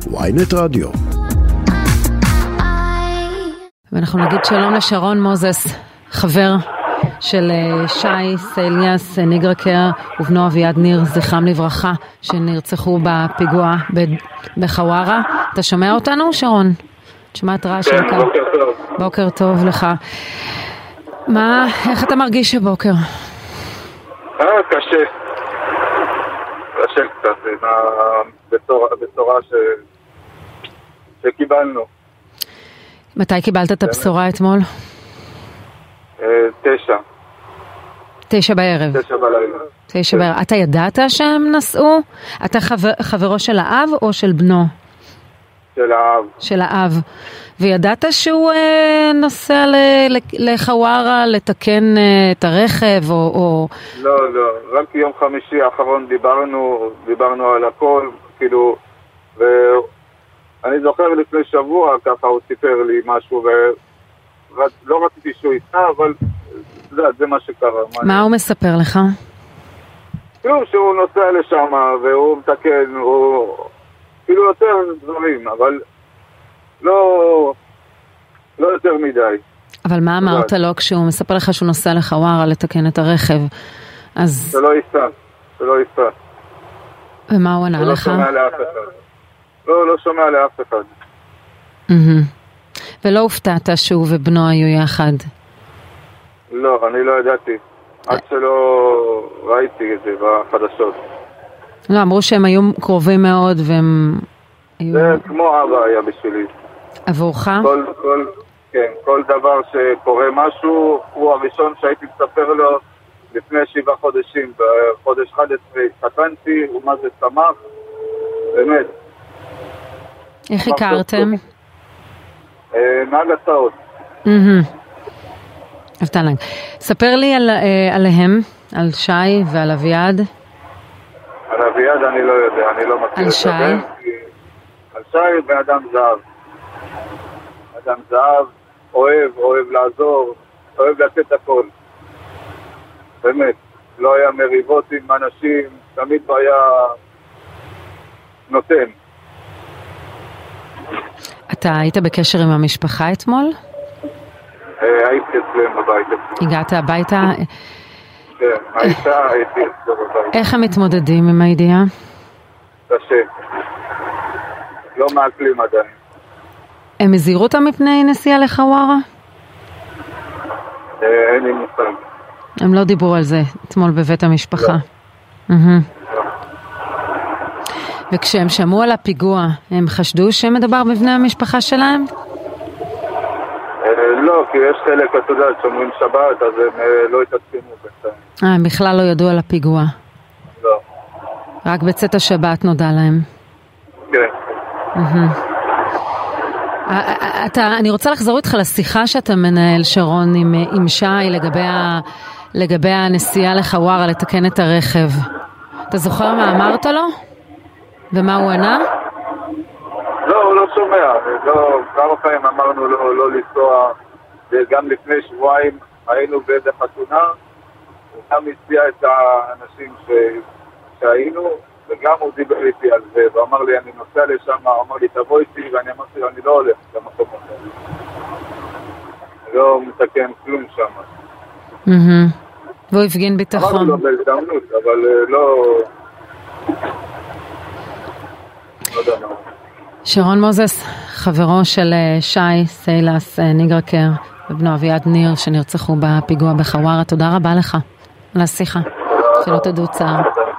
ynet רדיו. ואנחנו נגיד שלום לשרון מוזס, חבר של שי סיילס ניגרקר ובנו אביעד ניר, זכרם לברכה, שנרצחו בפיגוע בחווארה. אתה שומע אותנו, שרון? שומעת רעש? כן, בוקר טוב. בוקר טוב לך. איך אתה מרגיש הבוקר? קשה. קשה קצת, בצורה שקיבלנו. מתי קיבלת את הבשורה אתמול? 9 בערב. 9 בלילה. 9 בערב. אתה ידעת שהם נסעו? אתה חברו של האב או של בנו? של האב. של האב. וידעת שהוא נוסע לחווארה לתקן את הרכב או... לא, רק יום חמישי האחרון דיברנו על הכל, כאילו, ואני זוכר לפני שבוע ככה הוא סיפר לי משהו, ולא רציתי שהוא ייסע, אבל זה מה שקרה. מה הוא מספר לך? כאילו שהוא נוסע לשם והוא מתקן, הוא כאילו יותר דברים, אבל לא יותר מדי. אבל מה אמרת לו כשהוא מספר לך שהוא נוסע לחווארה לתקן את הרכב? אז... שלא ייסע. ומה הוא ענה לך? לא שומע לאף אחד. לא שומע לאף אחד. ולא הופתעת שהוא ובנו היו יחד? לא, אני לא ידעתי. עד שלא ראיתי את זה בחדשות. לא, אמרו שהם היו קרובים מאוד והם... זה כמו אבא היה בשבילי. עבורך? כל דבר שקורה משהו, הוא הראשון שהייתי מספר לו לפני 7 חודשים. בחודש 11 התחתנתי, הוא מה זה שמח, באמת. איך הכרתם? נהג הסעות. אבטלנג. ספר לי עליהם, על שי ועל אביעד. על אביעד אני לא יודע, אני לא מכיר. על שי? על שי ואדם זהב. אדם זהב, אוהב לעזור, אוהב לתת הכל. באמת, לא היה מריבות עם אנשים, תמיד היה נותן. אתה היית בקשר עם המשפחה אתמול? הייתי אצלם בבית. הגעת הביתה? כן, הייתי אצלם בבית. איך הם מתמודדים עם הידיעה? קשה. לא מעכלים עדיין. הם הזהירו אותם מפני נסיעה לחווארה? אין לי מושג. הם לא דיברו על זה אתמול בבית המשפחה? לא. וכשהם שמעו על הפיגוע, הם חשדו שמדבר בבני המשפחה שלהם? לא, כי יש חלק, אתה יודע, שאומרים שבת, אז הם לא התעדכנו בינתיים. הם בכלל לא ידעו על הפיגוע? לא. רק בצאת השבת נודע להם? כן. אני רוצה לחזור איתך לשיחה שאתה מנהל, שרון, עם שי לגבי הנסיעה לחווארה לתקן את הרכב. אתה זוכר מה אמרת לו? ומה הוא ענה? לא, הוא לא שומע. כמה פעמים אמרנו לא לנסוע, וגם לפני שבועיים היינו באיזה חתונה, הוא גם הציע את האנשים שהיינו, וגם הוא דיבר איתי על זה, ואמר לי אני נוסע לשם, הוא אמר לי תבוא איתי, ואני אמרתי לו אני לא הולך למקום אחר. אני לא מתקן כלום שם. והוא הפגין ביטחון. אמרנו לו בהזדמנות, אבל לא יודע מה. שרון מוזס, חברו של שי סיילס ניגרקר ובנו אביעד ניר שנרצחו בפיגוע בחווארה, תודה רבה לך על השיחה. שלא תדעו צער.